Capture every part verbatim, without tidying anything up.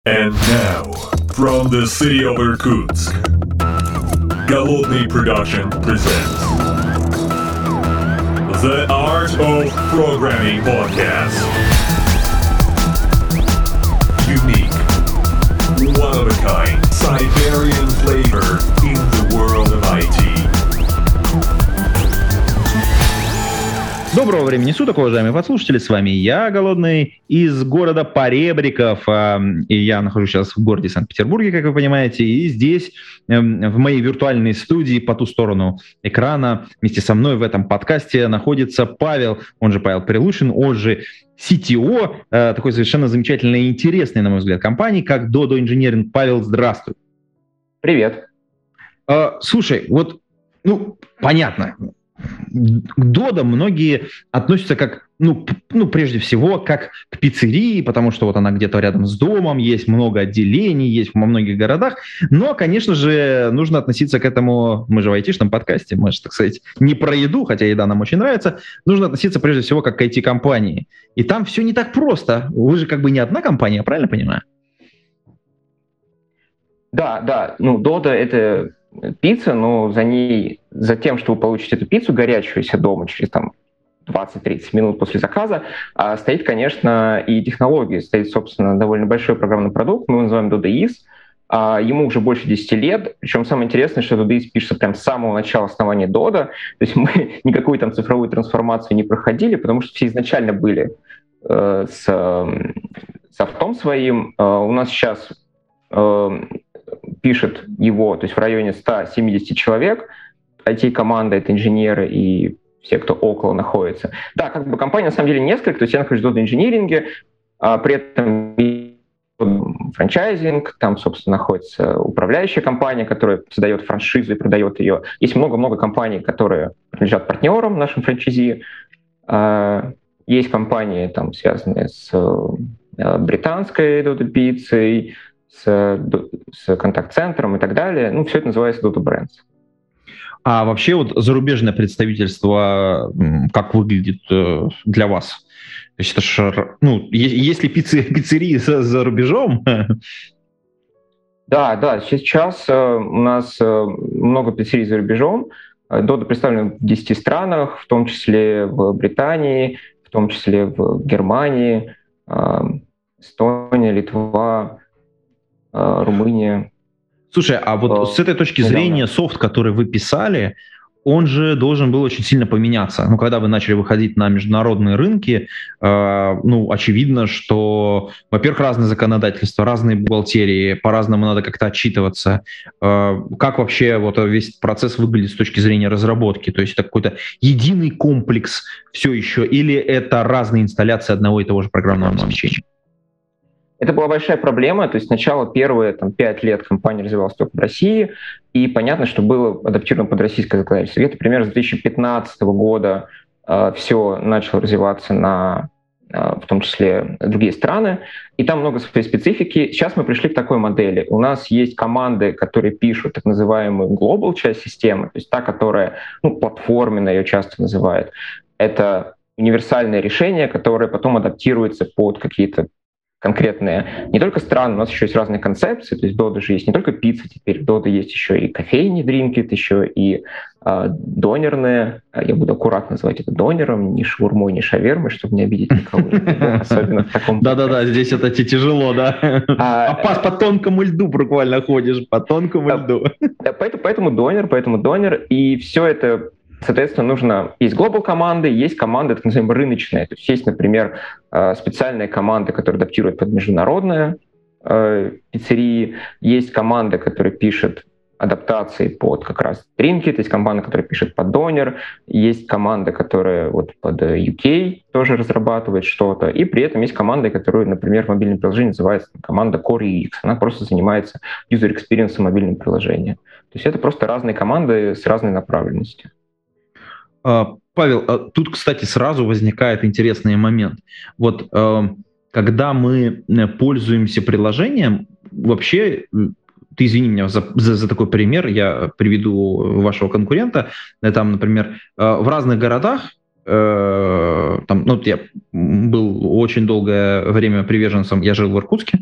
And now, from the city of Irkutsk, Голодный Production presents The Art of Programming Podcast. Unique, one of a kind, Siberian flavor in the world of ай ти. Доброго времени суток, уважаемые подслушатели, с вами я, Голодный, из города Поребриков, и я нахожусь сейчас в городе Санкт-Петербурге, как вы понимаете, и здесь, в моей виртуальной студии, по ту сторону экрана, вместе со мной в этом подкасте находится Павел, он же Павел Прилучин, он же си ти о, такой совершенно замечательной и интересной, на мой взгляд, компании, как Dodo Engineering. Павел, здравствуй. Привет. Слушай, вот, ну, понятно, к Dodo многие относятся как, ну, ну, прежде всего, как к пиццерии, потому что вот она где-то рядом с домом, есть много отделений, есть во многих городах. Но, конечно же, нужно относиться к этому, мы же в айтишном подкасте, мы же, так сказать, не про еду, хотя еда нам очень нравится, нужно относиться прежде всего как к ай ти-компании. И там все не так просто. Вы же как бы не одна компания, правильно понимаю? Да, да. Ну, Dodo — это пицца, но за ней, за тем, что вы получите эту пиццу горячую себе дома через там двадцать-тридцать минут после заказа, стоит, конечно, и технология. Стоит, собственно, довольно большой программный продукт, мы его называем DodoEase. Ему уже больше десяти лет, причем самое интересное, что DodoEase пишется прям с самого начала основания Dodo, то есть мы никакую там цифровую трансформацию не проходили, потому что все изначально были э, с э, софтом своим. Э, у нас сейчас э, пишет его, то есть в районе ста семидесяти человек, ай ти-команда — это инженеры и все, кто около находится. Да, как бы компания на самом деле несколько, то есть я нахожусь в Dodo Engineering, а при этом франчайзинг, там, собственно, находится управляющая компания, которая создает франшизу и продает ее. Есть много-много компаний, которые принадлежат партнерам нашим франчайзи. Есть компании, там, связанные с британской Dodo Pizza, с, с контакт-центром и так далее. Ну, все это называется Dodo Brands. А вообще вот зарубежное представительство как выглядит для вас? То есть это ж, ну, есть ли пиццы, пиццерии за, за рубежом? Да, да, сейчас у нас много пиццерий за рубежом. Dodo представлен в десяти странах, в том числе в Британии, в том числе в Германии, Эстония, Литва, Румыния. Слушай, а вот с этой точки зрения софт, который вы писали, он же должен был очень сильно поменяться. Ну, когда вы начали выходить на международные рынки, э, ну, очевидно, что, во-первых, разные законодательства, разные бухгалтерии, по-разному надо как-то отчитываться. Э, как вообще вот весь процесс выглядит с точки зрения разработки? То есть это какой-то единый комплекс все еще, или это разные инсталляции одного и того же программного обеспечения? Это была большая проблема, то есть сначала первые там, пять лет компания развивалась только в России, и понятно, что было адаптировано под российское законодательство. Где-то примерно с две тысячи пятнадцатого года э, все начало развиваться на, э, в том числе, другие страны, и там много своей специфики. Сейчас мы пришли к такой модели. У нас есть команды, которые пишут так называемую global часть системы, то есть та, которая, ну, платформенная ее часто называют. Это универсальное решение, которое потом адаптируется под какие-то конкретные не только страны, у нас еще есть разные концепции, то есть в Dodo же есть не только пицца теперь, в Dodo есть еще и кофейни, дринкет, еще и э, донерные, я буду аккуратно называть это донером, не шаурмой, не шавермой, чтобы не обидеть никого, особенно в таком... Да-да-да, здесь это тяжело, да? А по тонкому льду буквально ходишь, по тонкому льду. Поэтому донер, поэтому донер, и все это... Соответственно, нужно... Есть глобал команды, есть команды, так называемые, рыночные. То есть есть, например, специальные команды, которые адаптируют под международные э, пиццерии. Есть команда, которая пишет адаптации под как раз Drinkit, есть команда, которая пишет под Doner, есть команда, которая вот под ю кей тоже разрабатывает что-то, и при этом есть команда, которая, например, в мобильном приложении называется команда Core ю экс. Она просто занимается user experience мобильного приложения. То есть это просто разные команды с разной направленностью. Павел, тут, кстати, сразу возникает интересный момент. Вот когда мы пользуемся приложением, вообще, ты извини меня за, за, за такой пример, я приведу, вашего конкурента, там, например, в разных городах там, ну, я был очень долгое время приверженцем, я жил в Иркутске,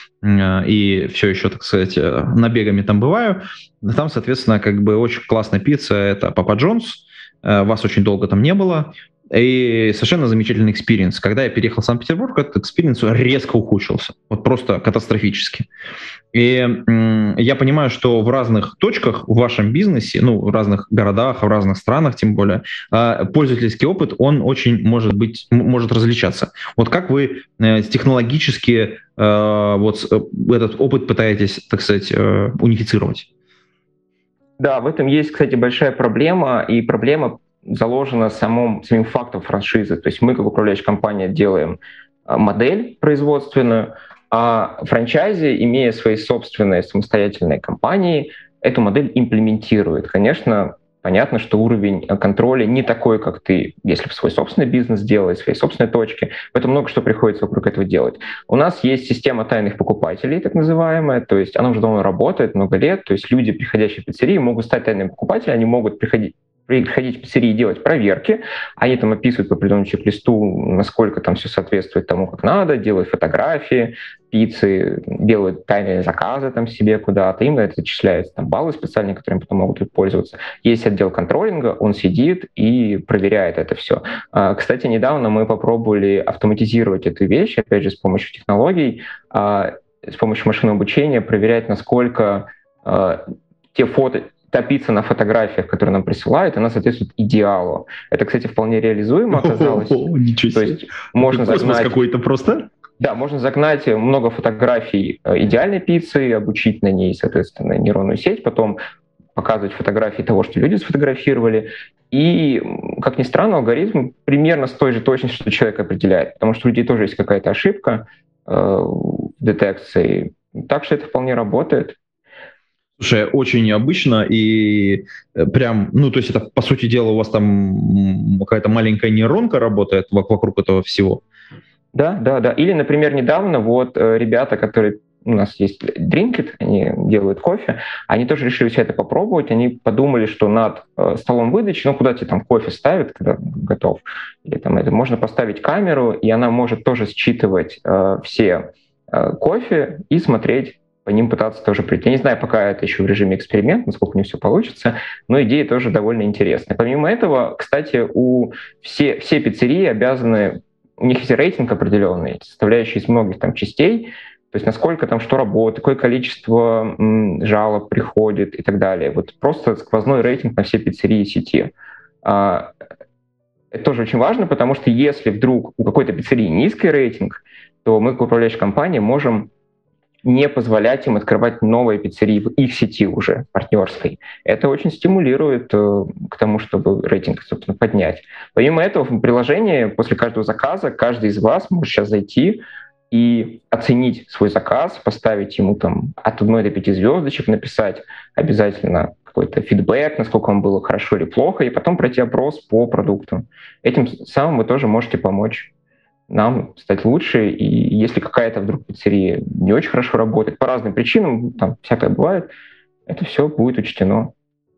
и все еще, так сказать, набегами там бываю. Там, соответственно, как бы очень классная пицца, это Папа Джонс, вас очень долго там не было, и совершенно замечательный экспириенс. Когда я переехал в Санкт-Петербург, этот экспириенс резко ухудшился, вот просто катастрофически. И м, я понимаю, что в разных точках в вашем бизнесе, ну, в разных городах, в разных странах, тем более, э, пользовательский опыт, он очень может быть, м- может различаться. Вот как вы э, технологически э, вот э, этот опыт пытаетесь, так сказать, э, унифицировать? Да, в этом есть, кстати, большая проблема, и проблема заложена самым, самим фактом франшизы. То есть мы, как управляющая компания, делаем модель производственную, а франчайзи, имея свои собственные самостоятельные компании, эту модель имплементирует. Конечно, понятно, что уровень контроля не такой, как ты, если бы свой собственный бизнес делаешь, свои собственные точки. Поэтому много что приходится вокруг этого делать. У нас есть система тайных покупателей, так называемая, то есть она уже давно работает, много лет. То есть люди, приходящие в пиццерии, могут стать тайными покупателями, они могут приходить приходить в пиццерии и делать проверки, они там описывают по определенному чек-листу, насколько там все соответствует тому, как надо, делают фотографии пиццы, делают тайные заказы там себе куда-то, им на это зачисляются там баллы специальные, которыми потом могут пользоваться. Есть отдел контролинга, он сидит и проверяет это все. Кстати, недавно мы попробовали автоматизировать эту вещь, опять же, с помощью технологий, с помощью машинного обучения проверять, насколько те фото, та пицца на фотографиях, которые нам присылают, она соответствует идеалу. Это, кстати, вполне реализуемо оказалось. О, ничего себе. То есть можно Это космос загнать... какой-то просто? Да, можно загнать много фотографий идеальной пиццы, обучить на ней, соответственно, нейронную сеть, потом показывать фотографии того, что люди сфотографировали. И, как ни странно, алгоритм примерно с той же точностью, что человек определяет, потому что у людей тоже есть какая-то ошибка э, в детекции. Так что это вполне работает. Слушай, очень необычно и прям, ну, то есть это, по сути дела, у вас там какая-то маленькая нейронка работает вокруг этого всего? Да, да, да. Или, например, недавно вот ребята, которые у нас есть Drinkit, они делают кофе, они тоже решили все это попробовать, они подумали, что над столом выдачи, ну, куда тебе там кофе ставят, когда готов, или там это, можно поставить камеру, и она может тоже считывать э, все э, кофе и смотреть, по ним пытаться тоже прийти. Я не знаю, пока это еще в режиме эксперимента, насколько у них все получится, но идея тоже довольно интересная. Помимо этого, кстати, у все, все пиццерии обязаны, у них есть рейтинг определенный, составляющий из многих там частей, то есть насколько там что работает, какое количество м, жалоб приходит и так далее. Вот просто сквозной рейтинг на все пиццерии сети. А, это тоже очень важно, потому что если вдруг у какой-то пиццерии низкий рейтинг, то мы, как управляющая компания, можем не позволять им открывать новые пиццерии в их сети уже, партнерской. Это очень стимулирует э, к тому, чтобы рейтинг, собственно, поднять. Помимо этого, в приложении после каждого заказа каждый из вас может сейчас зайти и оценить свой заказ, поставить ему там от одной до пяти звездочек, написать обязательно какой-то фидбэк, насколько вам было хорошо или плохо, и потом пройти опрос по продуктам. Этим самым вы тоже можете помочь нам стать лучше, и если какая-то вдруг пиццерия не очень хорошо работает, по разным причинам, там всякое бывает, это все будет учтено.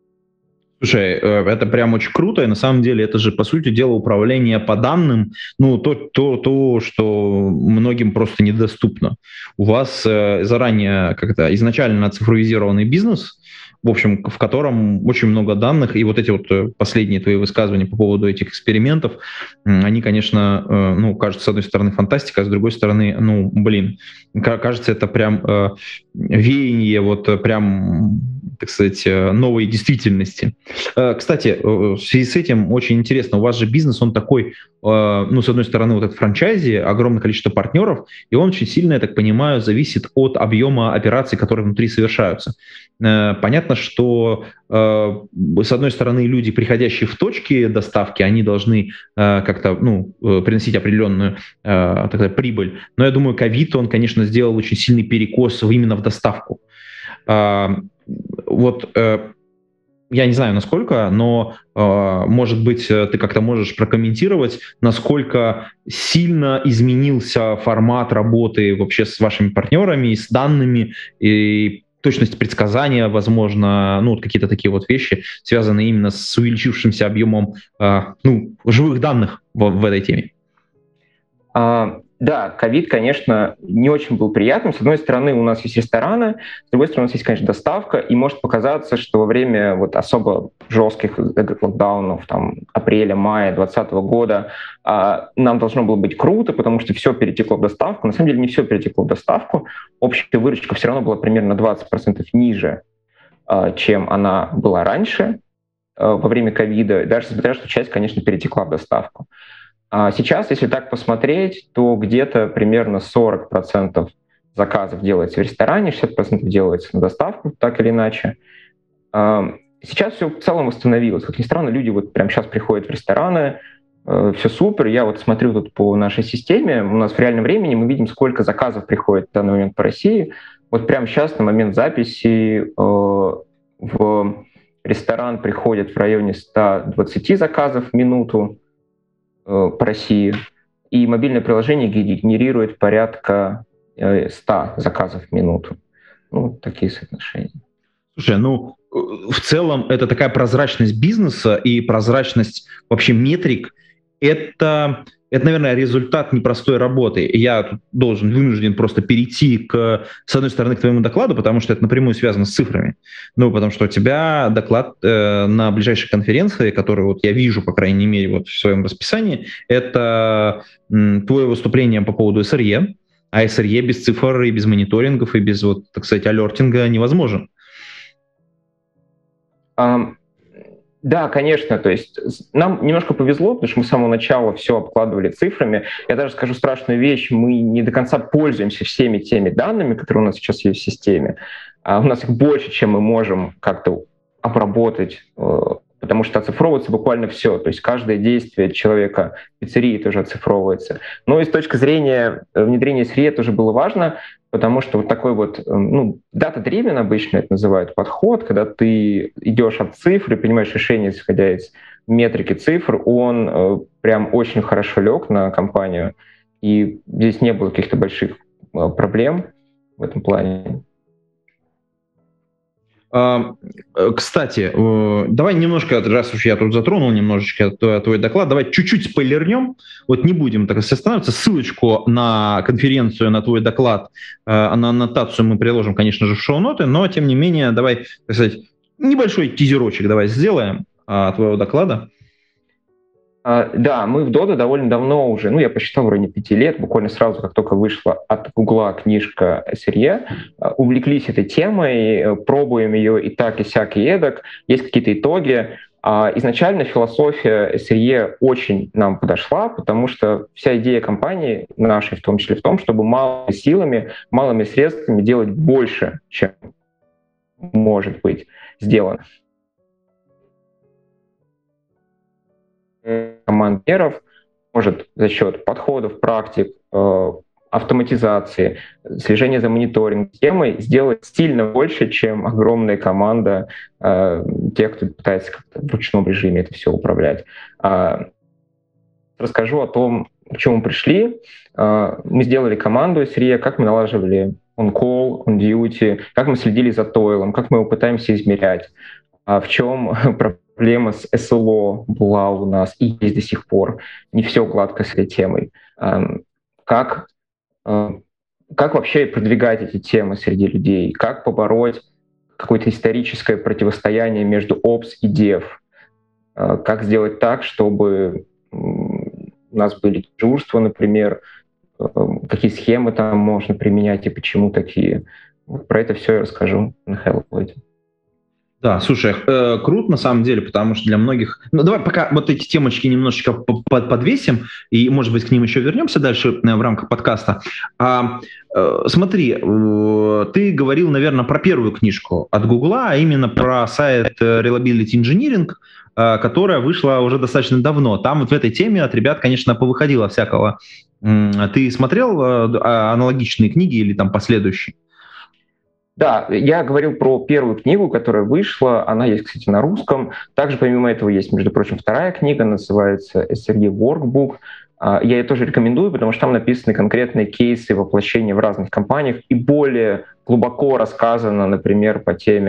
Слушай, это прям очень круто, и на самом деле это же, по сути дела, управление по данным, ну, то, то, то что многим просто недоступно. У вас заранее как-то изначально цифровизированный бизнес, в общем, в котором очень много данных, и вот эти вот последние твои высказывания по поводу этих экспериментов, они, конечно, ну, кажется, с одной стороны, фантастика, а с другой стороны, ну, блин, кажется, это прям э, веяние вот прям, так сказать, новой действительности. Э, кстати, в связи с этим очень интересно, у вас же бизнес, он такой, э, ну, с одной стороны, вот этот франчайзи, огромное количество партнеров, и он очень сильно, я так понимаю, зависит от объема операций, которые внутри совершаются. Э, понятно, что э, с одной стороны люди, приходящие в точки доставки, они должны э, как-то ну, приносить определенную э, тогда, прибыль. Но я думаю, ковид, он, конечно, сделал очень сильный перекос именно в доставку. Э, вот э, я не знаю, насколько, но, э, может быть, ты как-то можешь прокомментировать, насколько сильно изменился формат работы вообще с вашими партнерами, с данными, и точность предсказания, возможно, ну, вот какие-то такие вот вещи, связанные именно с увеличившимся объемом э, ну, живых данных в в, в этой теме? А, да, ковид, конечно, не очень был приятным. С одной стороны, у нас есть рестораны, с другой стороны, у нас есть, конечно, доставка, и может показаться, что во время вот особо жестких локдаунов, там, апреля-мая двадцатого года, а, нам должно было быть круто, потому что все перетекло в доставку. На самом деле не все перетекло в доставку. Общая выручка все равно была примерно на двадцать процентов ниже, а, чем она была раньше, а, во время ковида, даже несмотря на то, что часть, конечно, перетекла в доставку. А сейчас, если так посмотреть, то где-то примерно сорок процентов заказов делается в ресторане, шестьдесят процентов делается на доставку, так или иначе. Сейчас все в целом восстановилось. Как ни странно, люди вот прямо сейчас приходят в рестораны, все супер. Я вот смотрю тут по нашей системе, у нас в реальном времени мы видим, сколько заказов приходит в данный момент по России. Вот прямо сейчас, на момент записи, в ресторан приходит в районе ста двадцати заказов в минуту по России, и мобильное приложение генерирует порядка ста заказов в минуту. Ну, такие соотношения. Слушай, ну, в целом это такая прозрачность бизнеса и прозрачность вообще метрик. Это, это, наверное, результат непростой работы. Я тут должен, вынужден просто перейти, к, с одной стороны, к твоему докладу, потому что это напрямую связано с цифрами. Ну, потому что у тебя доклад э, на ближайшей конференции, который вот я вижу, по крайней мере, вот в своем расписании, это м, твое выступление по поводу эс эр и, а эс эр и без цифр и без мониторингов и без, вот, так сказать, алертинга невозможен. Um... Да, конечно, то есть нам немножко повезло, потому что мы с самого начала все обкладывали цифрами. Я даже скажу страшную вещь, мы не до конца пользуемся всеми теми данными, которые у нас сейчас есть в системе. А у нас их больше, чем мы можем как-то обработать, потому что оцифровывается буквально все. То есть каждое действие человека в пиццерии тоже оцифровывается. Но и с точки зрения внедрения эс эр и тоже было важно, потому что вот такой вот, ну, data-driven обычно это называют подход, когда ты идешь от цифр и принимаешь решение, исходя из метрики цифр, он э, прям очень хорошо лег на компанию, и здесь не было каких-то больших э, проблем в этом плане. Кстати, давай немножко, раз уж я тут затронул немножечко твой доклад, давай чуть-чуть спойлернем, вот не будем так останавливаться, ссылочку на конференцию, на твой доклад, на аннотацию мы приложим, конечно же, в шоу-ноты, но, тем не менее, давай, так сказать, небольшой тизерочек давай сделаем твоего доклада. Да, мы в Dodo довольно давно уже, ну, я посчитал, в районе пяти лет, буквально сразу, как только вышла от Гугла книжка эс эр и, увлеклись этой темой, пробуем ее и так, и сяк, и эдак, есть какие-то итоги. Изначально философия эс эр и очень нам подошла, потому что вся идея компании, нашей в том числе, в том, чтобы малыми силами, малыми средствами делать больше, чем может быть сделано. Командиров может за счет подходов, практик, автоматизации, слежения за мониторинг темой сделать сильно больше, чем огромная команда тех, кто пытается как-то в ручном режиме это все управлять. Расскажу о том, к чему мы пришли. Мы сделали команду эс эр и, как мы налаживали on-call, on-duty, как мы следили за тойлом, как мы его пытаемся измерять, в чем проблема. Проблема с эс эл о была у нас и есть до сих пор. Не все гладко с этой темой. Как, как вообще продвигать эти темы среди людей? Как побороть какое-то историческое противостояние между опс и дев? Как сделать так, чтобы у нас были дежурства, например, какие схемы там можно применять и почему такие? Про это все я расскажу на Hello. Да, слушай, э, круто на самом деле, потому что для многих... Ну, давай пока вот эти темочки немножечко подвесим, и, может быть, к ним еще вернемся дальше в рамках подкаста. А, э, смотри, э, ты говорил, наверное, про первую книжку от Гугла, а именно про сайт Reliability Engineering, э, которая вышла уже достаточно давно. Там вот в этой теме от ребят, конечно, повыходило всякого. Ты смотрел э, аналогичные книги или там последующие? Да, я говорил про первую книгу, которая вышла, она есть, кстати, на русском. Также помимо этого есть, между прочим, вторая книга, называется эс эр и Workbook. Я ее тоже рекомендую, потому что там написаны конкретные кейсы воплощения в разных компаниях и более глубоко рассказано, например, по теме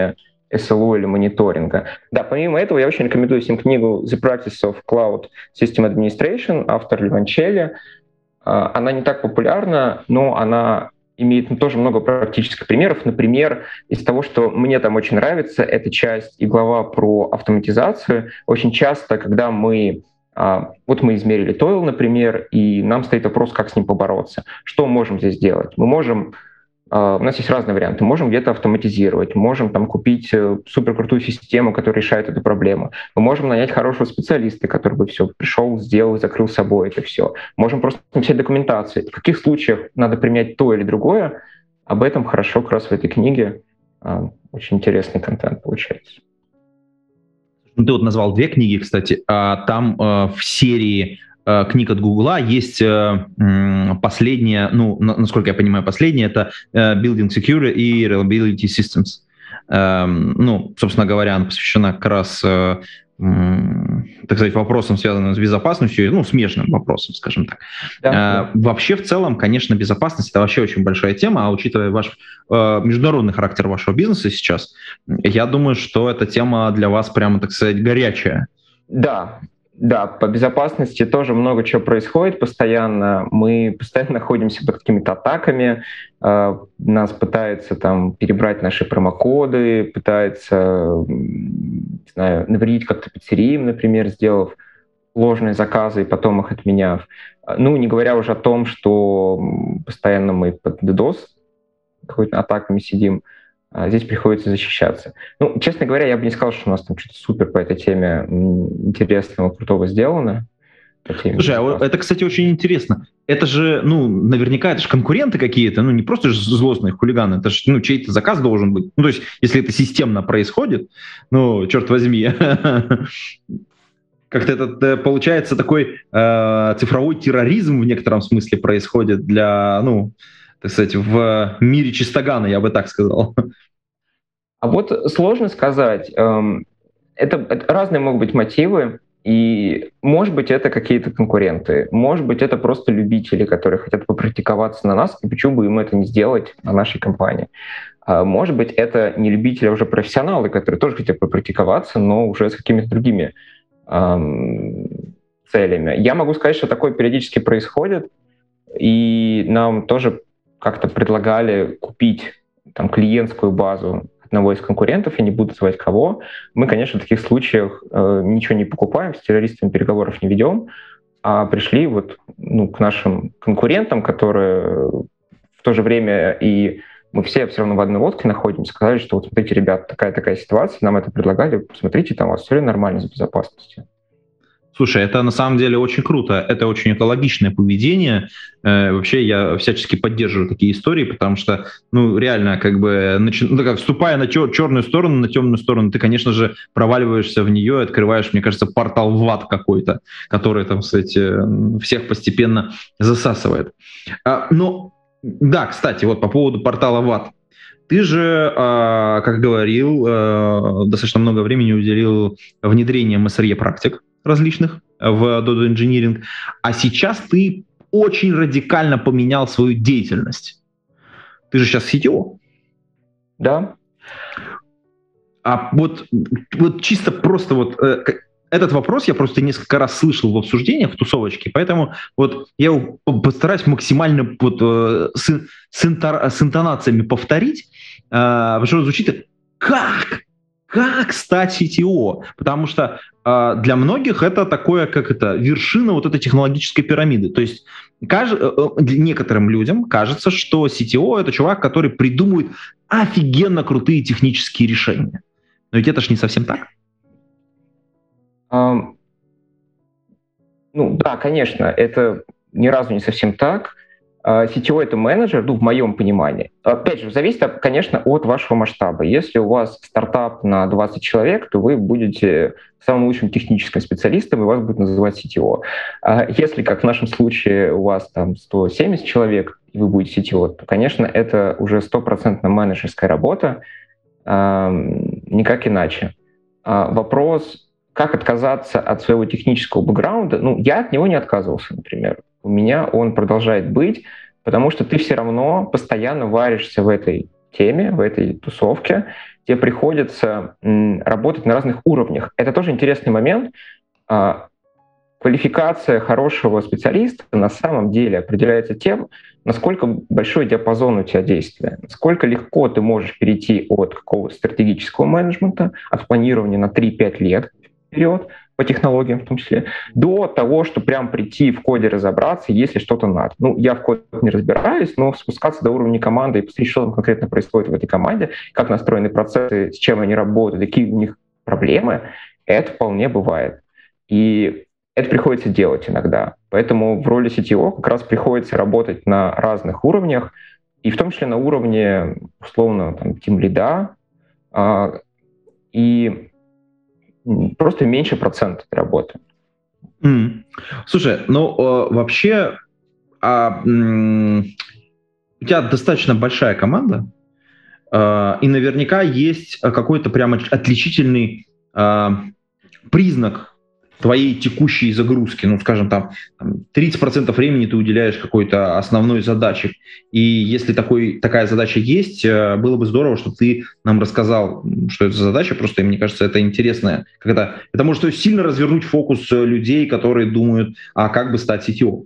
эс эл о или мониторинга. Да, помимо этого, я очень рекомендую всем книгу The Practice of Cloud System Administration, автор Ливанчелли. Она не так популярна, но она имеет тоже много практических примеров. Например, из того, что мне там очень нравится, эта часть и глава про автоматизацию. Очень часто, когда мы вот мы измерили тойл, например, и нам стоит вопрос, как с ним побороться. Что мы можем здесь сделать? Мы можем У нас есть разные варианты. Можем где-то автоматизировать, можем там купить суперкрутую систему, которая решает эту проблему. Мы можем нанять хорошего специалиста, который бы все пришел, сделал, закрыл собой это все. Можем просто написать документацию. В каких случаях надо применять то или другое, об этом хорошо как раз в этой книге. Очень интересный контент получается. Ты вот назвал две книги, кстати. Там в серии книг от Гугла есть последняя, ну, насколько я понимаю, последняя, это Building Secure и Reliability Systems. Ну, собственно говоря, она посвящена как раз, так сказать, вопросам, связанным с безопасностью, ну, смежным вопросам, скажем так. Да. Вообще, в целом, конечно, безопасность — это вообще очень большая тема, а учитывая ваш международный характер вашего бизнеса сейчас, я думаю, что эта тема для вас прямо, так сказать, горячая. Да. Да, по безопасности тоже много чего происходит постоянно. Мы постоянно находимся под какими-то атаками. Нас пытаются там перебрать наши промокоды, пытаются, не знаю, навредить как-то пиццериям, например, сделав ложные заказы и потом их отменяв. Ну, не говоря уже о том, что постоянно мы под DDoS какими-то атаками сидим. Здесь приходится защищаться. Ну, честно говоря, я бы не сказал, что у нас там что-то супер по этой теме интересного, крутого сделано. Слушай, а это, кстати, очень интересно. Это же, ну, наверняка, это же конкуренты какие-то, ну, не просто же злостные хулиганы, это же, ну, чей-то заказ должен быть. Ну, то есть, если это системно происходит, ну, черт возьми, как-то это получается такой э, цифровой терроризм в некотором смысле происходит для, ну, так сказать, в мире чистогана, я бы так сказал. А вот сложно сказать. Это, это разные могут быть мотивы, и, может быть, это какие-то конкуренты, может быть, это просто любители, которые хотят попрактиковаться на нас, и почему бы им это не сделать на нашей компании. Может быть, это не любители, а уже профессионалы, которые тоже хотят попрактиковаться, но уже с какими-то другими эм, целями. Я могу сказать, что такое периодически происходит, и нам тоже как-то предлагали купить там клиентскую базу одного из конкурентов, я не буду называть кого. Мы, конечно, в таких случаях э, ничего не покупаем, с террористами переговоров не ведем, а пришли вот, ну, к нашим конкурентам, которые в то же время и мы все все равно в одной лодке находимся, сказали, что вот смотрите, ребят, такая-такая ситуация, нам это предлагали, смотрите, там у вас все нормально с безопасностью. Слушай, это на самом деле очень круто, это очень экологичное поведение. Э, вообще я всячески поддерживаю такие истории, потому что, ну, реально, как бы, начи... ну, как, вступая на чер- черную сторону, на темную сторону, ты, конечно же, проваливаешься в нее, открываешь, мне кажется, портал в ад какой-то, который, там, кстати, всех постепенно засасывает. А, но, да, кстати, вот по поводу портала в ад. Ты же, как говорил, достаточно много времени уделил внедрением эс эр и-практик различных в Dodo Engineering, а сейчас ты очень радикально поменял свою деятельность. Ты же сейчас си ти о. Да. А вот, вот чисто просто вот этот вопрос я просто несколько раз слышал в обсуждениях, в тусовочке, поэтому вот я постараюсь максимально вот с, с, интор, с интонациями повторить, потому что звучит как? Как стать си ти о? Потому что э, для многих это такое, как это, вершина вот этой технологической пирамиды. То есть каж... некоторым людям кажется, что си ти о — это чувак, который придумывает офигенно крутые технические решения. Но ведь это ж не совсем так. Um, ну да, конечно, это ни разу не совсем так. си ти о — это менеджер, ну, в моем понимании. Опять же, зависит, конечно, от вашего масштаба. Если у вас стартап на двадцать человек, то вы будете самым лучшим техническим специалистом, и вас будут называть си ти о. А если, как в нашем случае, у вас там сто семьдесят человек, и вы будете си ти о, то, конечно, это уже стопроцентно менеджерская работа, никак иначе. Вопрос, как отказаться от своего технического бэкграунда, ну, я от него не отказывался, например. У меня он продолжает быть, потому что ты все равно постоянно варишься в этой теме, в этой тусовке, тебе приходится м, работать на разных уровнях. Это тоже интересный момент. А, квалификация хорошего специалиста на самом деле определяется тем, насколько большой диапазон у тебя действия, насколько легко ты можешь перейти от какого-то стратегического менеджмента, от планирования на три-пять лет вперед, по технологиям в том числе, до того, что прям прийти в коде разобраться, если что-то надо. Ну, я в коде не разбираюсь, но спускаться до уровня команды и посмотреть, что там конкретно происходит в этой команде, как настроены процессы, с чем они работают, какие у них проблемы, это вполне бывает. И это приходится делать иногда. Поэтому в роли си ти о как раз приходится работать на разных уровнях, и в том числе на уровне, условно, там, тимлида, а, и просто меньше процентов работы. Mm. Слушай, ну э, вообще а, м- у тебя достаточно большая команда, э, и наверняка есть какой-то прямо отличительный э, признак твоей текущей загрузки. Ну, скажем, там тридцать процентов времени ты уделяешь какой-то основной задаче. И если такой, такая задача есть, было бы здорово, чтобы ты нам рассказал, что это за задача. Просто, мне кажется, это интересно. Это, это может сильно развернуть фокус людей, которые думают, а как бы стать си ти о.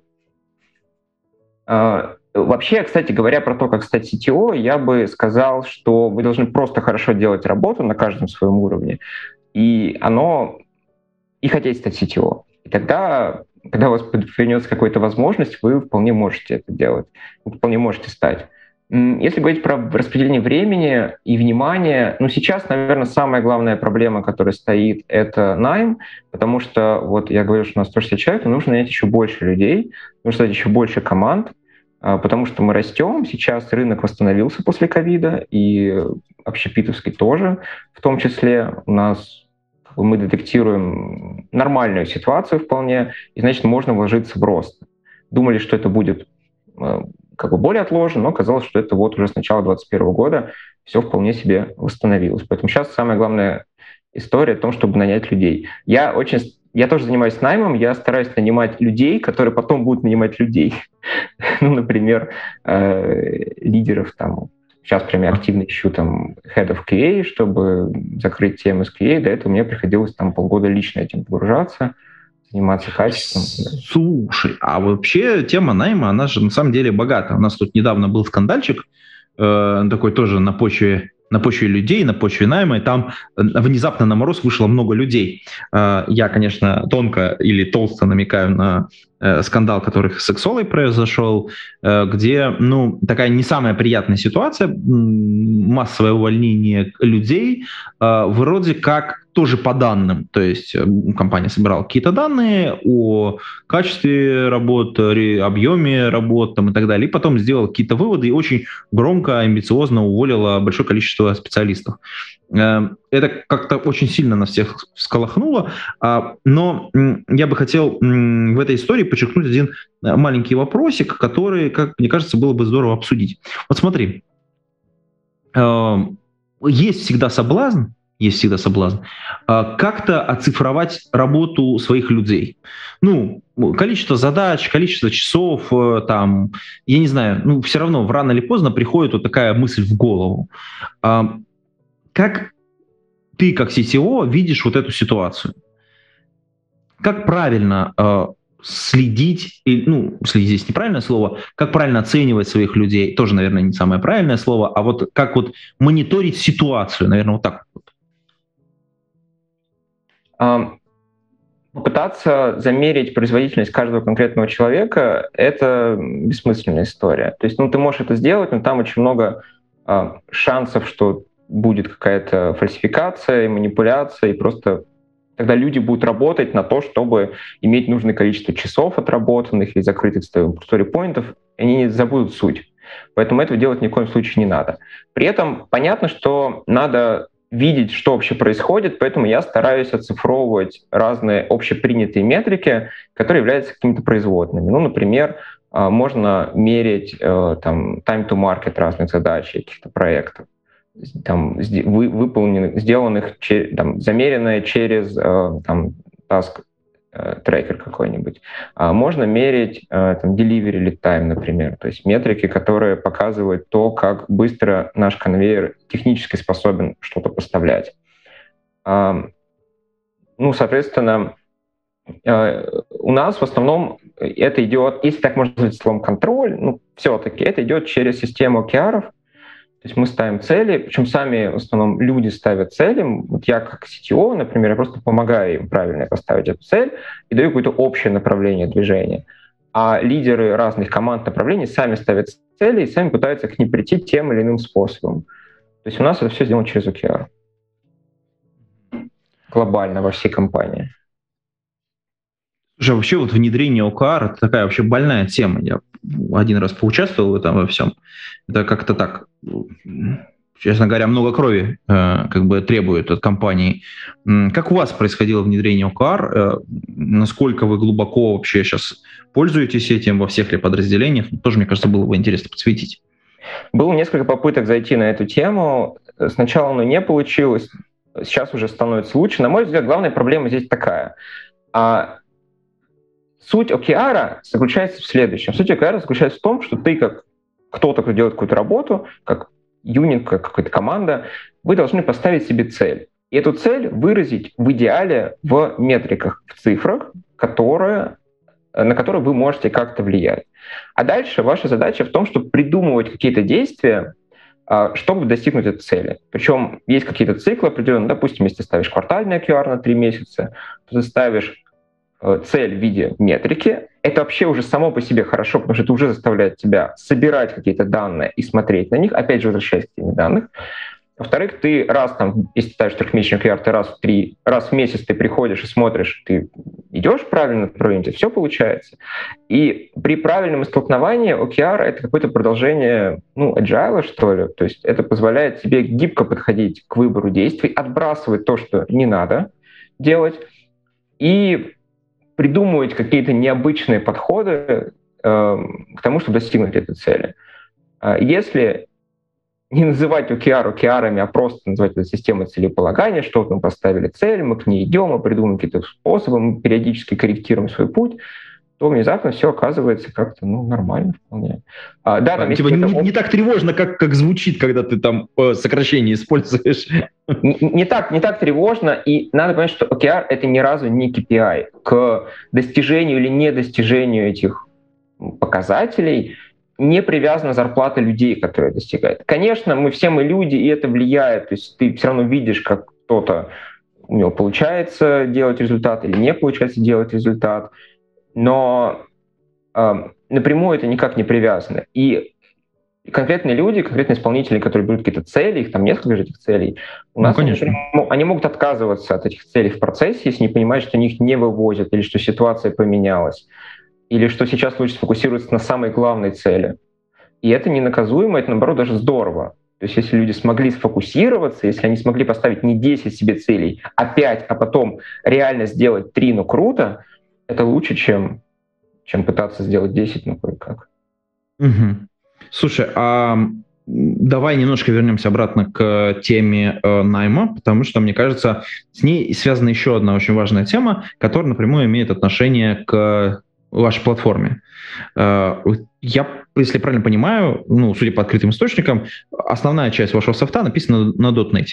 Uh, вообще, кстати говоря, про то, как стать си ти о, я бы сказал, что вы должны просто хорошо делать работу на каждом своем уровне, и оно... и хотеть стать си ти о. И тогда, когда у вас появится какая-то возможность, вы вполне можете это делать, вы вполне можете стать. Если говорить про распределение времени и внимания, ну сейчас, наверное, самая главная проблема, которая стоит, это найм, потому что, вот я говорю, что у нас сто шестьдесят человек, но нужно нанять еще больше людей, нужно нанять еще больше команд, потому что мы растем, сейчас рынок восстановился после ковида, и общепитовский тоже, в том числе у нас мы детектируем нормальную ситуацию вполне, и, значит, можно вложиться в рост. Думали, что это будет как бы более отложено, но оказалось, что это вот уже с начала двадцать первого года все вполне себе восстановилось. Поэтому сейчас самая главная история в том, чтобы нанять людей. Я очень, я тоже занимаюсь наймом, я стараюсь нанимать людей, которые потом будут нанимать людей. Ну, например, лидеров там. Сейчас прям я активно ищу там Head of кью эй, чтобы закрыть тему с кью эй. До этого мне приходилось там полгода лично этим погружаться, заниматься качеством. Слушай, а вообще тема найма, она же на самом деле богата. У нас тут недавно был скандальчик, э, такой тоже на почве, на почве людей, на почве найма, и там внезапно на мороз вышло много людей. Э, я, конечно, тонко или толсто намекаю на э, скандал, который с Сексолой произошел, э, где, ну, такая не самая приятная ситуация, массовое увольнение людей, э, вроде как тоже по данным, то есть компания собирала какие-то данные о качестве работ, объеме работ там, и так далее, и потом сделала какие-то выводы и очень громко, амбициозно уволила большое количество специалистов. Это как-то очень сильно нас всех всколыхнуло, но я бы хотел в этой истории подчеркнуть один маленький вопросик, который, как мне кажется, было бы здорово обсудить. Вот смотри, есть всегда соблазн, есть всегда соблазн, как-то оцифровать работу своих людей. Ну, количество задач, количество часов, там, я не знаю, ну, все равно рано или поздно приходит вот такая мысль в голову. Как ты, как си ти о, видишь вот эту ситуацию? Как правильно э, следить, ну, следить здесь неправильное слово, как правильно оценивать своих людей, тоже, наверное, не самое правильное слово, а вот как вот мониторить ситуацию, наверное, вот так вот. Um, попытаться замерить производительность каждого конкретного человека — это бессмысленная история. То есть, ну, ты можешь это сделать, но там очень много uh, шансов, что будет какая-то фальсификация и манипуляция, и просто тогда люди будут работать на то, чтобы иметь нужное количество часов отработанных и закрытых сторипоинтов, и они не забудут суть. Поэтому этого делать ни в коем случае не надо. При этом понятно, что надо видеть, что вообще происходит, поэтому я стараюсь оцифровывать разные общепринятые метрики, которые являются какими-то производными. Ну, например, можно мерить там, time to market разных задач, каких-то проектов, там, вы, выполненных, сделанных, там, замеренное через там, task трекер какой-нибудь. Можно мерить там, delivery lead time, например, то есть метрики, которые показывают то, как быстро наш конвейер технически способен что-то поставлять. Ну, соответственно, у нас в основном это идет, если так можно назвать словом контроль, ну, все-таки это идет через систему о кей ар-ов. То есть мы ставим цели, причем сами в основном люди ставят цели. Вот я как си ти о, например, я просто помогаю им правильно поставить эту цель и даю какое-то общее направление движения. А лидеры разных команд направлений сами ставят цели и сами пытаются к ним прийти тем или иным способом. То есть у нас это все сделано через о кей ар. Глобально во всей компании. Слушай, вообще вот внедрение о кей ар — это такая вообще больная тема. Я один раз поучаствовал в этом во всем. Это как-то так, честно говоря, много крови э, как бы требует от компании. Как у вас происходило внедрение о кей ар? Э, насколько вы глубоко вообще сейчас пользуетесь этим во всех ли подразделениях? Тоже, мне кажется, было бы интересно подсветить. Было несколько попыток зайти на эту тему. Сначала оно не получилось, сейчас уже становится лучше. На мой взгляд, главная проблема здесь такая. А суть о кей ар заключается в следующем. Суть о кей ар заключается в том, что ты как кто-то, кто делает какую-то работу, как юнит, как какая-то команда, вы должны поставить себе цель. И эту цель выразить в идеале в метриках, в цифрах, которые, на которые вы можете как-то влиять. А дальше ваша задача в том, чтобы придумывать какие-то действия, чтобы достигнуть этой цели. Причем есть какие-то циклы определенные. Допустим, если ты ставишь квартальный о кей ар на три месяца, то ты ставишь цель в виде метрики. Это вообще уже само по себе хорошо, потому что это уже заставляет тебя собирать какие-то данные и смотреть на них, опять же, возвращаясь к теме данных. Во-вторых, ты раз там, если ты ставишь трехмесячный о кей ар, ты раз в, три, раз в месяц ты приходишь и смотришь, ты идешь в правильном направлении, все получается. И при правильном столкновании о кей ар — это какое-то продолжение, ну, agile, что ли. То есть это позволяет тебе гибко подходить к выбору действий, отбрасывать то, что не надо делать, и придумывать какие-то необычные подходы э, к тому, чтобы достигнуть этой цели. Если не называть о кей ар о кей ар-ами, а просто называть это системой целеполагания, что вот мы поставили цель, мы к ней идем, мы придумываем какие-то способы, мы периодически корректируем свой путь, то внезапно все оказывается как-то ну, нормально вполне. А, да, там типа не, не так тревожно, как, как звучит, когда ты там э, сокращение используешь. Не, не, так, не так тревожно, и надо понять, что о кей ар — это ни разу не кей пи ай. К достижению или недостижению этих показателей не привязана зарплата людей, которые достигают. Конечно, мы все мы люди, и это влияет. То есть ты все равно видишь, как кто-то, у него получается делать результат или не получается делать результат, но э, напрямую это никак не привязано. И конкретные люди, конкретные исполнители, которые берут какие-то цели, их там несколько же этих целей, у нас ну, конечно. Они, они могут отказываться от этих целей в процессе, если не понимают, что они их не вывозят, или что ситуация поменялась, или что сейчас лучше сфокусироваться на самой главной цели. И это не наказуемо, это, наоборот, даже здорово. То есть если люди смогли сфокусироваться, если они смогли поставить не десять себе целей, а пять, а потом реально сделать три, но круто, это лучше, чем, чем пытаться сделать десять, ну кое-как. Угу. Слушай, а давай немножко вернемся обратно к теме э, найма, потому что, мне кажется, с ней связана еще одна очень важная тема, которая напрямую имеет отношение к вашей платформе. Э, я, если правильно понимаю, ну, судя по открытым источникам, основная часть вашего софта написана на, на .дот нет.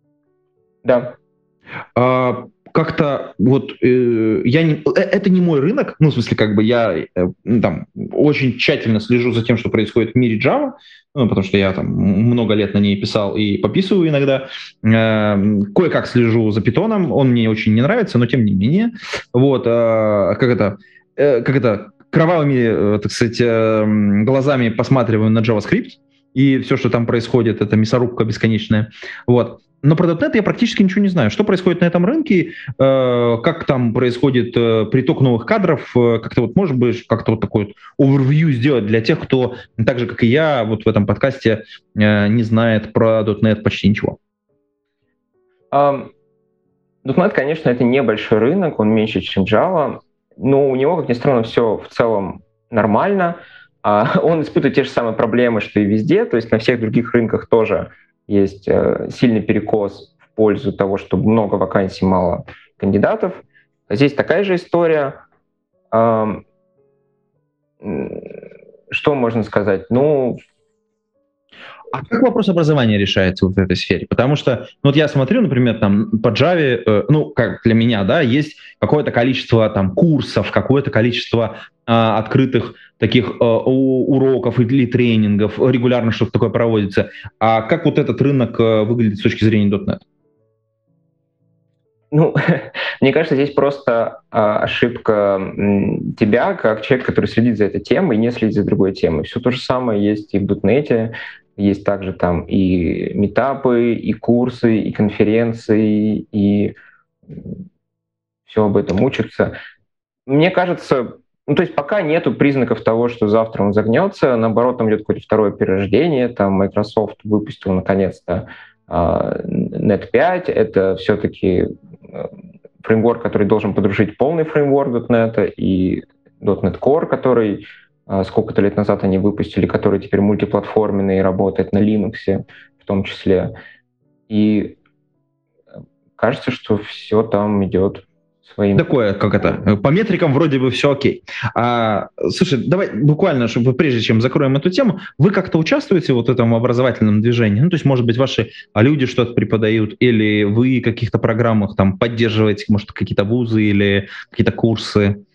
Да. А, как-то вот э, я не, э, это не мой рынок, ну, в смысле, как бы я э, там очень тщательно слежу за тем, что происходит в мире Java, ну, потому что я там много лет на ней писал и пописываю иногда. Э, кое-как слежу за Python, он мне очень не нравится, но тем не менее. Вот, э, как это, э, как это, кровавыми, э, так сказать, э, глазами посматриваю на JavaScript, и все, что там происходит, это мясорубка бесконечная. Вот. Но про .дот нет я практически ничего не знаю. Что происходит на этом рынке, э, как там происходит э, приток новых кадров, э, как-то вот, может быть, как-то вот такой вот овервью сделать для тех, кто, так же, как и я, вот в этом подкасте э, не знает про .дот нет почти ничего. Um, .дот нет, конечно, это небольшой рынок, он меньше, чем Java, но у него, как ни странно, все в целом нормально. Uh, он испытывает те же самые проблемы, что и везде, то есть на всех других рынках тоже есть э, сильный перекос в пользу того, что много вакансий, мало кандидатов. Здесь такая же история. Что можно сказать? Ну, а как вопрос образования решается вот в этой сфере? Потому что, ну, вот я смотрю, например, там по Java, э, ну, как для меня, да, есть какое-то количество там курсов, какое-то количество э, открытых таких э, уроков или тренингов, регулярно что-то такое проводится. А как вот этот рынок э, выглядит с точки зрения .дот нет? Ну, мне кажется, здесь просто а, ошибка м, тебя, как человек, который следит за этой темой и не следит за другой темой. Все то же самое есть и в .дот нет, есть также там и митапы, и курсы, и конференции, и все об этом учатся. Мне кажется, ну, то есть пока нету признаков того, что завтра он загнется, наоборот, там идет какое-то второе перерождение, там Microsoft выпустил наконец-то нет пять, это все-таки фреймворк, который должен подружить полный фреймворк .дот нет и .дот нет Core, который сколько-то лет назад они выпустили, который теперь мультиплатформенный и работает на Linux в том числе. И кажется, что все там идет своим... Такое, как это, по метрикам вроде бы все окей. А, слушай, давай буквально, чтобы прежде чем закроем эту тему, вы как-то участвуете вот в этом образовательном движении? Ну, то есть, может быть, ваши люди что-то преподают, или вы в каких-то программах там поддерживаете, может, какие-то вузы или какие-то курсы?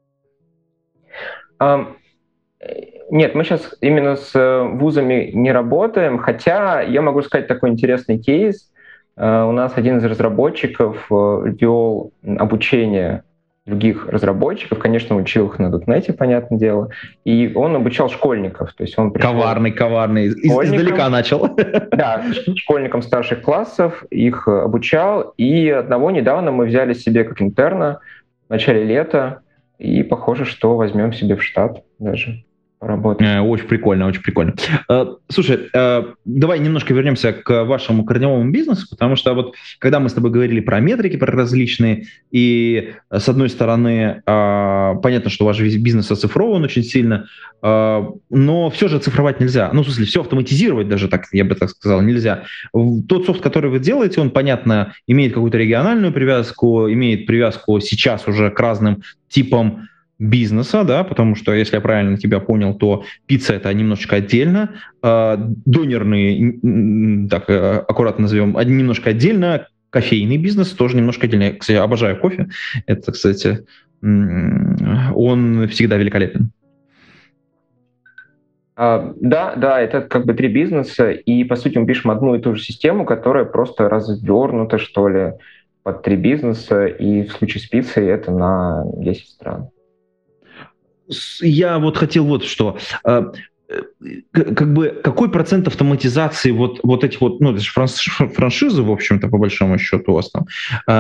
Um... Нет, мы сейчас именно с вузами не работаем, хотя я могу сказать такой интересный кейс. У нас один из разработчиков вел обучение других разработчиков, конечно, учил их на .дот нет, понятное дело, и он обучал школьников. То есть он пришел коварный, коварный, издалека начал. Да, школьникам старших классов их обучал, и одного недавно мы взяли себе как интерна в начале лета, и похоже, что возьмем себе в штат даже. Работать. Очень прикольно, очень прикольно. Слушай, давай немножко вернемся к вашему корневому бизнесу, потому что вот когда мы с тобой говорили про метрики, про различные, и с одной стороны, понятно, что ваш бизнес оцифрован очень сильно, но все же оцифровать нельзя. Ну, в смысле, все автоматизировать даже, так я бы так сказал, нельзя. Тот софт, который вы делаете, он, понятно, имеет какую-то региональную привязку, имеет привязку сейчас уже к разным типам бизнеса, да, потому что, если я правильно тебя понял, то пицца — это немножечко отдельно, э, донерный, так, аккуратно назовем, немножко отдельно, кофейный бизнес тоже немножко отдельно. Я, кстати, обожаю кофе. Это, кстати, он всегда великолепен. Uh, да, да, это как бы три бизнеса, и, по сути, мы пишем одну и ту же систему, которая просто развернута, что ли, под три бизнеса, и в случае с пиццей это на десять стран. Я вот хотел вот что. Как бы какой процент автоматизации вот, вот этих вот, ну, это же франшизы, в общем-то, по большому счету у вас там,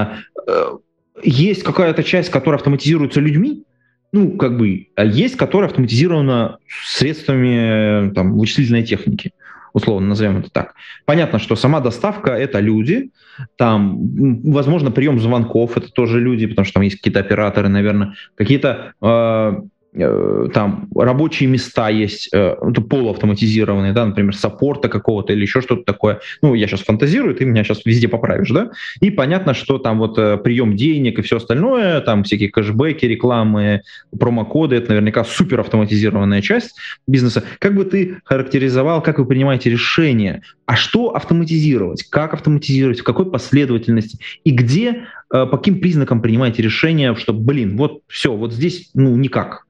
есть какая-то часть, которая автоматизируется людьми, ну, как бы, а есть, которая автоматизирована средствами там, вычислительной техники, условно назовем это так. Понятно, что сама доставка — это люди, там, возможно, прием звонков — это тоже люди, потому что там есть какие-то операторы, наверное, какие-то э, э, там рабочие места есть, э, полуавтоматизированные, да, например, саппорта какого-то или еще что-то такое. Ну, я сейчас фантазирую, ты меня сейчас везде поправишь, да? И понятно, что там вот э, прием денег и все остальное, там всякие кэшбэки, рекламы, промокоды — это наверняка суперавтоматизированная часть бизнеса. Как бы ты характеризовал, как вы принимаете решения, а что автоматизировать, как автоматизировать, в какой последовательности и где, э, по каким признакам принимаете решение, что, блин, вот все, вот здесь, ну, никак?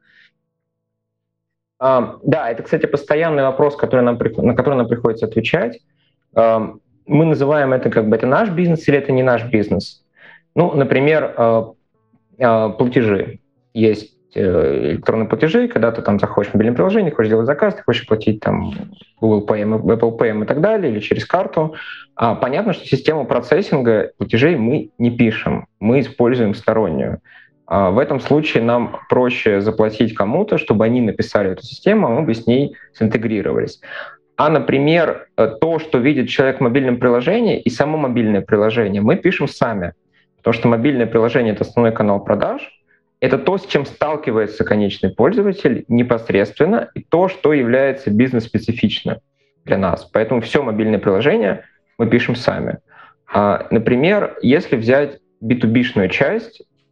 Uh, да, это, кстати, постоянный вопрос, который нам, на который нам приходится отвечать. Uh, мы называем это как бы это наш бизнес или это не наш бизнес. Ну, например, uh, uh, платежи. Есть uh, электронные платежи, когда ты там заходишь в мобильное приложение, хочешь сделать заказ, ты хочешь платить там Google Pay, Apple Pay и так далее, или через карту. Uh, понятно, что систему процессинга платежей мы не пишем, мы используем стороннюю. В этом случае нам проще заплатить кому-то, чтобы они написали эту систему, а мы бы с ней синтегрировались. А, например, то, что видит человек в мобильном приложении, и само мобильное приложение мы пишем сами. Потому что мобильное приложение — это основной канал продаж, это то, с чем сталкивается конечный пользователь непосредственно, и то, что является бизнес-специфичным для нас. Поэтому все мобильное приложение мы пишем сами. Например, если взять би ту би-шную часть,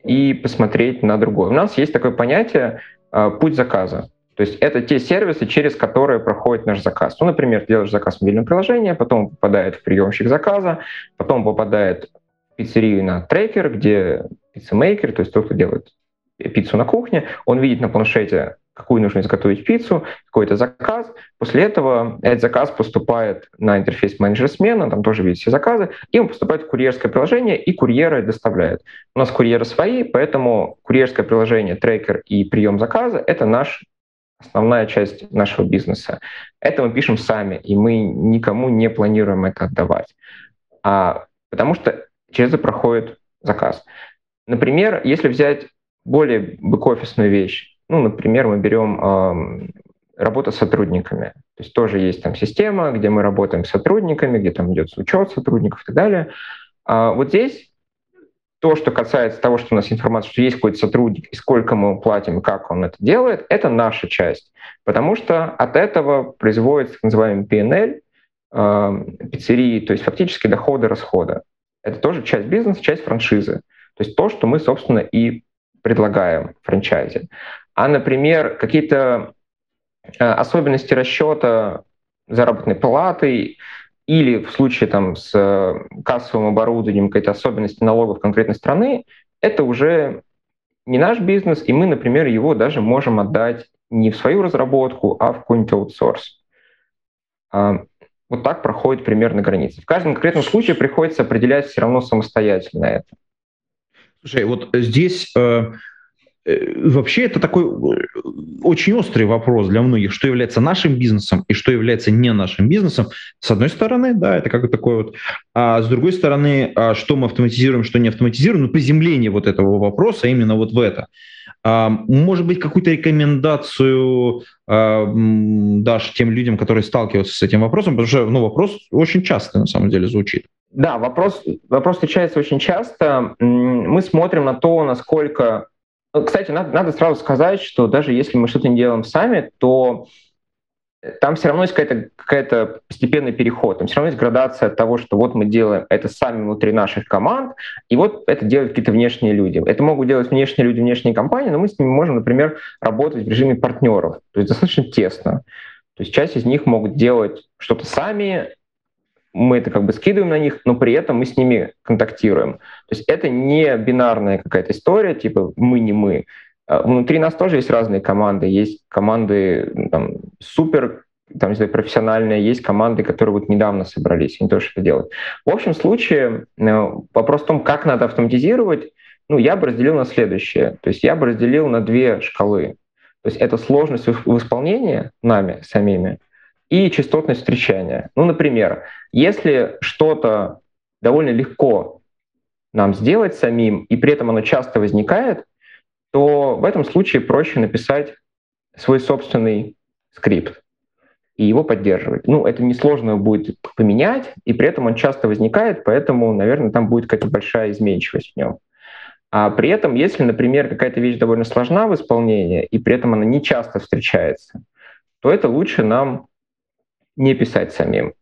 и посмотреть на другое. У нас есть такое понятие «путь заказа». То есть это те сервисы, через которые проходит наш заказ. Ну, например, ты делаешь заказ в мобильном приложении, потом попадает в приемщик заказа, потом попадает в пиццерию на трекер, где пиццемейкер, то есть тот, кто делает пиццу на кухне, он видит на планшете, какую нужно изготовить пиццу, какой-то заказ. После этого этот заказ поступает на интерфейс менеджера смены, там тоже видит все заказы, и он поступает в курьерское приложение, и курьеры доставляют. У нас курьеры свои, поэтому курьерское приложение, трекер и прием заказа — это наш основная часть нашего бизнеса. Это мы пишем сами, и мы никому не планируем это отдавать. А, потому что через это проходит заказ. Например, если взять более бэк-офисную вещь, ну, например, мы берем э, работу с сотрудниками. То есть тоже есть там система, где мы работаем с сотрудниками, где там идет учет сотрудников и так далее. А вот здесь то, что касается того, что у нас информация, что есть какой-то сотрудник, и сколько мы ему платим, и как он это делает, это наша часть. Потому что от этого производится так называемый пи эн эл, э, пиццерии, то есть фактически доходы, расходы. Это тоже часть бизнеса, часть франшизы. То есть то, что мы, собственно, и предлагаем в франчайзе. А, например, какие-то э, особенности расчета заработной платы или в случае там, с кассовым оборудованием какие-то особенности налогов конкретной страны, это уже не наш бизнес, и мы, например, его даже можем отдать не в свою разработку, а в какой-нибудь аутсорс. Вот так проходит примерно граница. В каждом конкретном случае приходится определять все равно самостоятельно это. Слушай, вот здесь э, э, вообще это такой очень острый вопрос для многих, что является нашим бизнесом и что является не нашим бизнесом. С одной стороны, да, это как такой вот, а с другой стороны, а что мы автоматизируем, что не автоматизируем, ну, приземление вот этого вопроса именно вот в это. А, может быть, какую-то рекомендацию а, дашь тем людям, которые сталкиваются с этим вопросом, потому что, ну, вопрос очень часто на самом деле звучит. Да, вопрос, вопрос встречается очень часто. Мы смотрим на то, насколько... Кстати, надо, надо сразу сказать, что даже если мы что-то не делаем сами, то там все равно есть какая-то, какая-то постепенный переход. Там все равно есть градация от того, что вот мы делаем это сами внутри наших команд, и вот это делают какие-то внешние люди. Это могут делать внешние люди, внешние компании, но мы с ними можем, например, работать в режиме партнеров, то есть достаточно тесно. То есть часть из них могут делать что-то сами, мы это как бы скидываем на них, но при этом мы с ними контактируем. То есть это не бинарная какая-то история, типа мы, не мы. Внутри нас тоже есть разные команды. Есть команды там, супер там, не знаю, профессиональные, есть команды, которые вот недавно собрались, они тоже что-то делают. В общем случае вопрос в том, как надо автоматизировать, ну, я бы разделил на следующее. То есть я бы разделил на две шкалы. То есть это сложность в исполнении нами самими и частотность встречания. Ну, например, если что-то довольно легко нам сделать самим, и при этом оно часто возникает, то в этом случае проще написать свой собственный скрипт и его поддерживать. Ну, это несложно будет поменять, и при этом он часто возникает, поэтому, наверное, там будет какая-то большая изменчивость в нем. А при этом, если, например, какая-то вещь довольно сложна в исполнении, и при этом она не часто встречается, то это лучше нам не писать самим,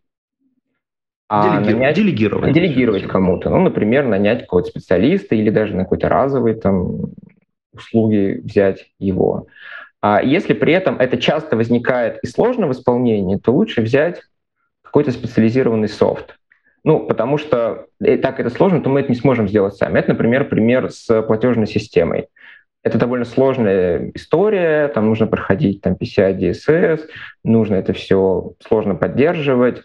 а Делеги... нанять, делегировать, делегировать кому-то. Ну, например, нанять какого-то специалиста или даже на какой-то разовый там, услуги взять его. А если при этом это часто возникает и сложно в исполнении, то лучше взять какой-то специализированный софт. Ну, потому что и так это сложно, то мы это не сможем сделать сами. Это, например, пример с платежной системой. Это довольно сложная история, там нужно проходить там, пи си ай ди эс эс, нужно это все сложно поддерживать.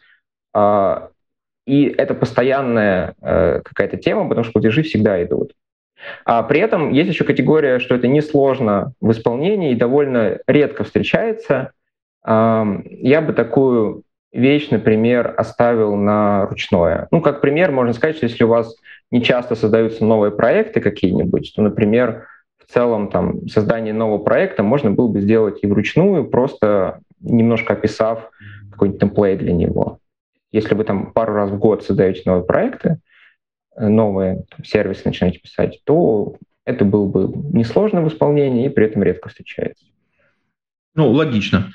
И это постоянная какая-то тема, потому что платежи всегда идут. А при этом есть еще категория, что это несложно в исполнении и довольно редко встречается. Я бы такую вещь, например, оставил на ручное. Ну, как пример, можно сказать, что если у вас не часто создаются новые проекты какие-нибудь, то, например, в целом там, создание нового проекта можно было бы сделать и вручную, просто немножко описав какой-нибудь темплейт для него. Если вы там пару раз в год создаете новые проекты, новые там, сервисы начинаете писать, то это было бы несложно в исполнении и при этом редко встречается. Ну, логично.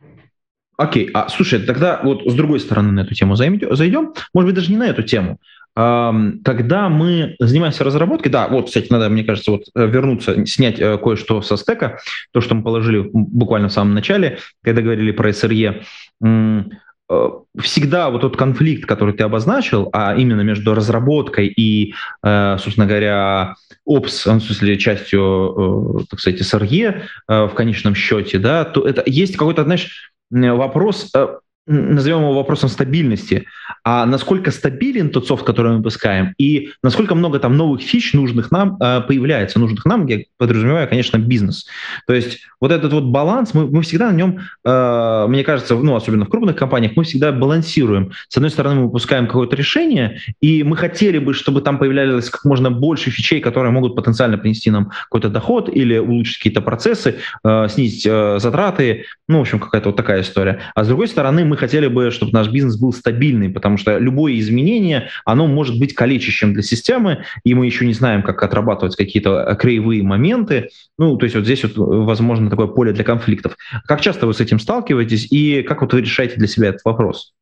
Окей, а слушай, тогда вот с другой стороны на эту тему зайдем, может быть, даже не на эту тему. Когда мы занимаемся разработкой, да, вот, кстати, надо, мне кажется, вот вернуться, снять кое-что со стека, то, что мы положили буквально в самом начале, когда говорили про эс эр и. Всегда вот тот конфликт, который ты обозначил, а именно между разработкой и, собственно говоря, опс, в смысле, частью, так сказать, эс эр и в конечном счете, да, то это есть какой-то, знаешь, вопрос, назовем его вопросом стабильности. А насколько стабилен тот софт, который мы выпускаем, и насколько много там новых фич нужных нам э, появляется, нужных нам, я подразумеваю, конечно, бизнес. То есть вот этот вот баланс, мы, мы всегда на нем, э, мне кажется, ну, особенно в крупных компаниях, мы всегда балансируем. С одной стороны, мы выпускаем какое-то решение, и мы хотели бы, чтобы там появлялось как можно больше фичей, которые могут потенциально принести нам какой-то доход или улучшить какие-то процессы, э, снизить э, затраты, ну, в общем, какая-то вот такая история. А с другой стороны, мы хотели бы, чтобы наш бизнес был стабильный, потому что любое изменение, оно может быть калечащим для системы, и мы еще не знаем, как отрабатывать какие-то краевые моменты. Ну, то есть вот здесь вот, возможно, такое поле для конфликтов. Как часто вы с этим сталкиваетесь, и как вот вы решаете для себя этот вопрос?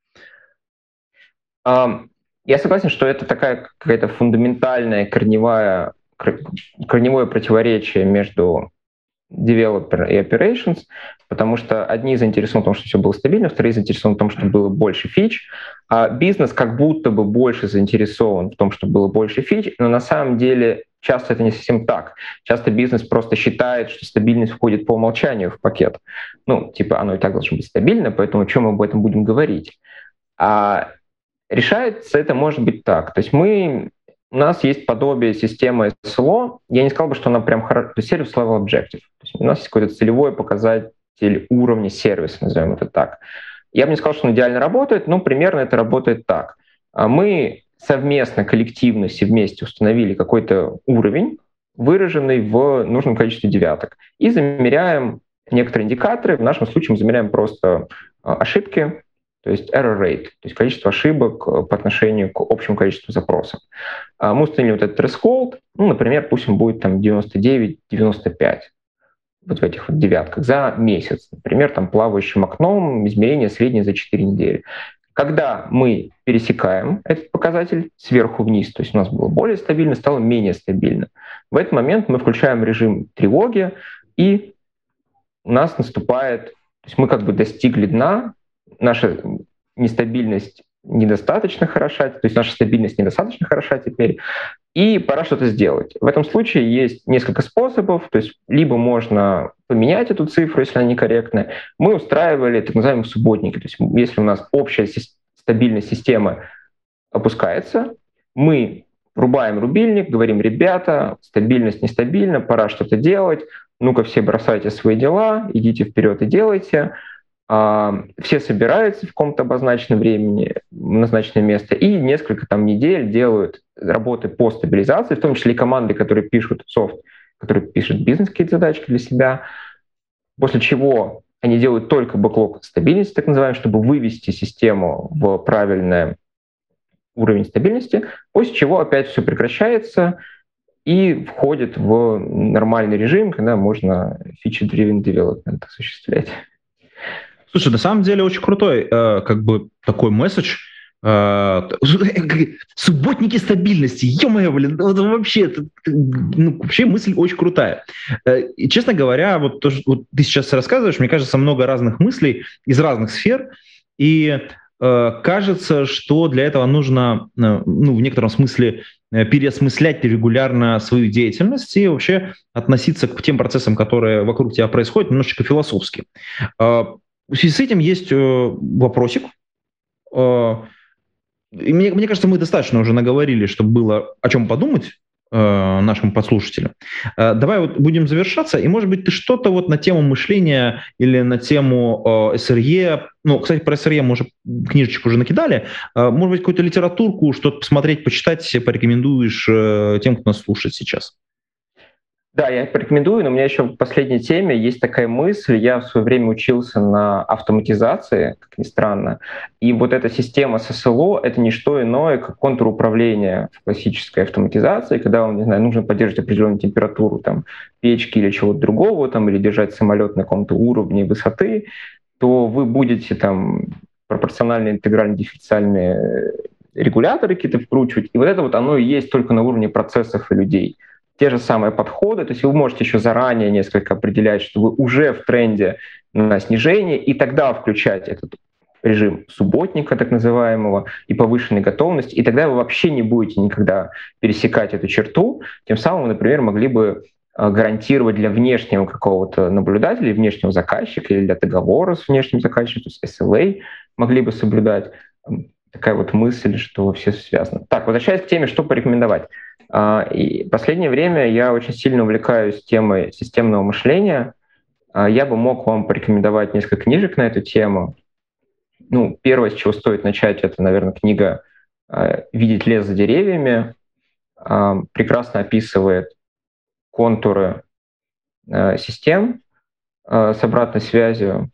Um, я согласен, что это такая какая-то фундаментальная корневая, корневое противоречие между developer и operations, потому что одни заинтересованы в том, что все было стабильно, вторые заинтересованы в том, что было больше фич, а бизнес как будто бы больше заинтересован в том, что было больше фич, но на самом деле часто это не совсем так. Часто бизнес просто считает, что стабильность входит по умолчанию в пакет. Ну, типа, оно и так должно быть стабильно, поэтому о чем мы об этом будем говорить? А решается это может быть так. То есть мы... У нас есть подобие системы эс эл о. Я не сказал бы, что она прям хорошо... То есть Service Level Objective. То есть у нас есть какой-то целевой показатель уровня сервиса, назовем это так. Я бы не сказал, что он идеально работает, но примерно это работает так. Мы совместно, коллективно, все вместе установили какой-то уровень, выраженный в нужном количестве девяток, и замеряем некоторые индикаторы. В нашем случае мы замеряем просто ошибки, то есть error rate, то есть количество ошибок по отношению к общему количеству запросов. Мы установили вот этот threshold, ну, например, пусть он будет там девяносто девять - девяносто пять, вот в этих вот девятках за месяц. Например, там плавающим окном измерение среднее за четыре недели. Когда мы пересекаем этот показатель сверху вниз, то есть у нас было более стабильно, стало менее стабильно, в этот момент мы включаем режим тревоги, и у нас наступает, то есть мы как бы достигли дна, наша нестабильность недостаточно хороша, то есть наша стабильность недостаточно хороша теперь, и пора что-то сделать. В этом случае есть несколько способов, то есть либо можно поменять эту цифру, если она некорректная. Мы устраивали так называемые субботники, то есть если у нас общая стабильность системы опускается, мы врубаем рубильник, говорим: ребята, стабильность нестабильна, пора что-то делать, ну-ка все бросайте свои дела, идите вперед и делайте. Все собираются в каком-то обозначенном времени, в назначенное место, и несколько там недель делают работы по стабилизации, в том числе и команды, которые пишут софт, которые пишут бизнес какие-то задачки для себя, после чего они делают только бэклог стабильности, так называемый, чтобы вывести систему в правильный уровень стабильности, после чего опять все прекращается и входит в нормальный режим, когда можно feature-driven development осуществлять. Слушай, на самом деле очень крутой э, как бы такой месседж. Э, субботники стабильности, ё-моё, блин, это вообще, это, ну, вообще мысль очень крутая. Э, и, честно говоря, вот то, что вот ты сейчас рассказываешь, мне кажется, много разных мыслей из разных сфер, и э, кажется, что для этого нужно, э, ну, в некотором смысле переосмыслять регулярно свою деятельность и вообще относиться к тем процессам, которые вокруг тебя происходят, немножечко философски. Э, В связи с этим есть вопросик. Мне, мне кажется, мы достаточно уже наговорили, чтобы было о чем подумать нашим подслушателям. Давай вот будем завершаться, и, может быть, ты что-то вот на тему мышления или на тему эс эр и, ну, кстати, про эс эр и мы уже книжечку уже накидали, может быть, какую-то литературку, что-то посмотреть, почитать, порекомендуешь тем, кто нас слушает сейчас? Да, я порекомендую, но у меня еще в последней теме есть такая мысль. Я в свое время учился на автоматизации, как ни странно, и вот эта система эс эс эл о — это не что иное, как контруправление в классической автоматизации, когда вам, не знаю, нужно поддерживать определенную температуру там, печки или чего-то другого, там, или держать самолет на каком-то уровне высоты, то вы будете там пропорционально интегрально дифференциальные регуляторы какие-то вкручивать. И вот это вот оно и есть только на уровне процессов и людей. Те же самые подходы, то есть вы можете еще заранее несколько определять, что вы уже в тренде на снижение, и тогда включать этот режим субботника, так называемого, и повышенной готовности, и тогда вы вообще не будете никогда пересекать эту черту. Тем самым, например, могли бы гарантировать для внешнего какого-то наблюдателя, внешнего заказчика или для договора с внешним заказчиком, то есть эс эл эй могли бы соблюдать. Такая вот мысль, что все связано. Так, возвращаясь к теме, что порекомендовать. И в последнее время я очень сильно увлекаюсь темой системного мышления. Я бы мог вам порекомендовать несколько книжек на эту тему. Ну, первое, с чего стоит начать, это, наверное, книга «Видеть лес за деревьями». Прекрасно описывает контуры систем с обратной связью.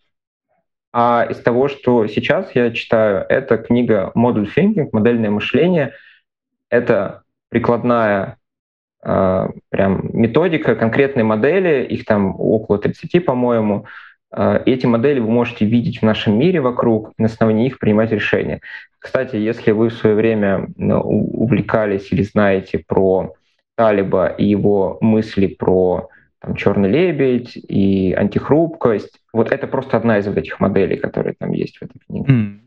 А из того, что сейчас я читаю, это книга «Model Thinking», «Модельное мышление». Это прикладная э, прям методика, конкретные модели, их там около тридцати, по-моему. Э, эти модели вы можете видеть в нашем мире вокруг, и на основании их принимать решения. Кстати, если вы в свое время ну, увлекались или знаете про Талеба и его мысли про там, «Черный лебедь» и «Антихрупкость», вот это просто одна из вот этих моделей, которые там есть в этой книге. Mm.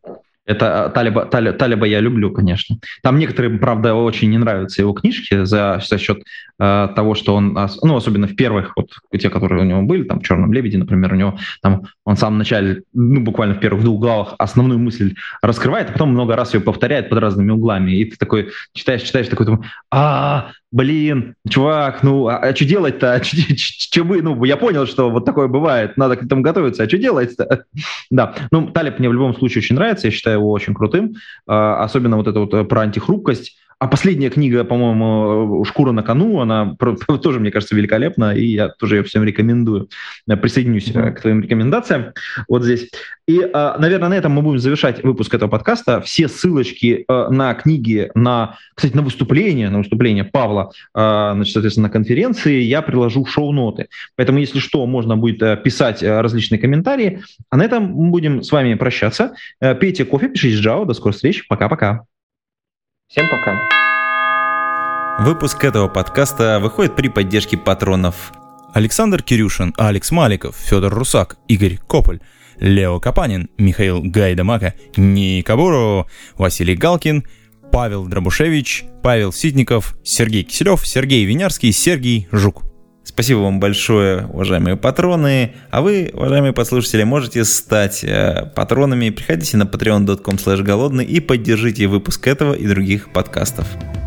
Это Талеба, Талеба, Талеба я люблю, конечно. Там некоторые, правда, очень не нравятся его книжки за, за счет э, того, что он, ну, особенно в первых, вот те, которые у него были, там, в «Черном лебеде», например, у него там, он в самом начале, ну, буквально в первых двух главах основную мысль раскрывает, а потом много раз ее повторяет под разными углами. И ты такой читаешь, читаешь, такой, думаешь, а блин, чувак, ну, а, а что делать-то? Что бы, ну, я понял, что вот такое бывает, надо к этому готовиться, а что делать-то? Да, ну, Талеб мне в любом случае очень нравится, я считаю его очень крутым, особенно вот это вот про антихрупкость. А последняя книга, по-моему, «Шкура на кону», она тоже, мне кажется, великолепна, и я тоже ее всем рекомендую. Присоединюсь mm-hmm. к твоим рекомендациям вот здесь. И, наверное, на этом мы будем завершать выпуск этого подкаста. Все ссылочки на книги, на, кстати, на выступление, на выступление Павла, значит, соответственно, на конференции я приложу в шоу-ноты. Поэтому, если что, можно будет писать различные комментарии. А на этом мы будем с вами прощаться. Пейте кофе, пишите Java. До скорых встреч. Пока-пока. Всем пока. Выпуск этого подкаста выходит при поддержке патронов: Александр Кирюшин, Алекс Маликов, Федор Русак, Игорь Кополь, Лео Капанин, Михаил Гайдамака, Ника Бурова, Василий Галкин, Павел Дробушевич, Павел Ситников, Сергей Киселев, Сергей Винярский, Сергей Жук. Спасибо вам большое, уважаемые патроны. А вы, уважаемые подслушатели, можете стать э, патронами. Приходите на patreon точка com слэш голодный и поддержите выпуск этого и других подкастов.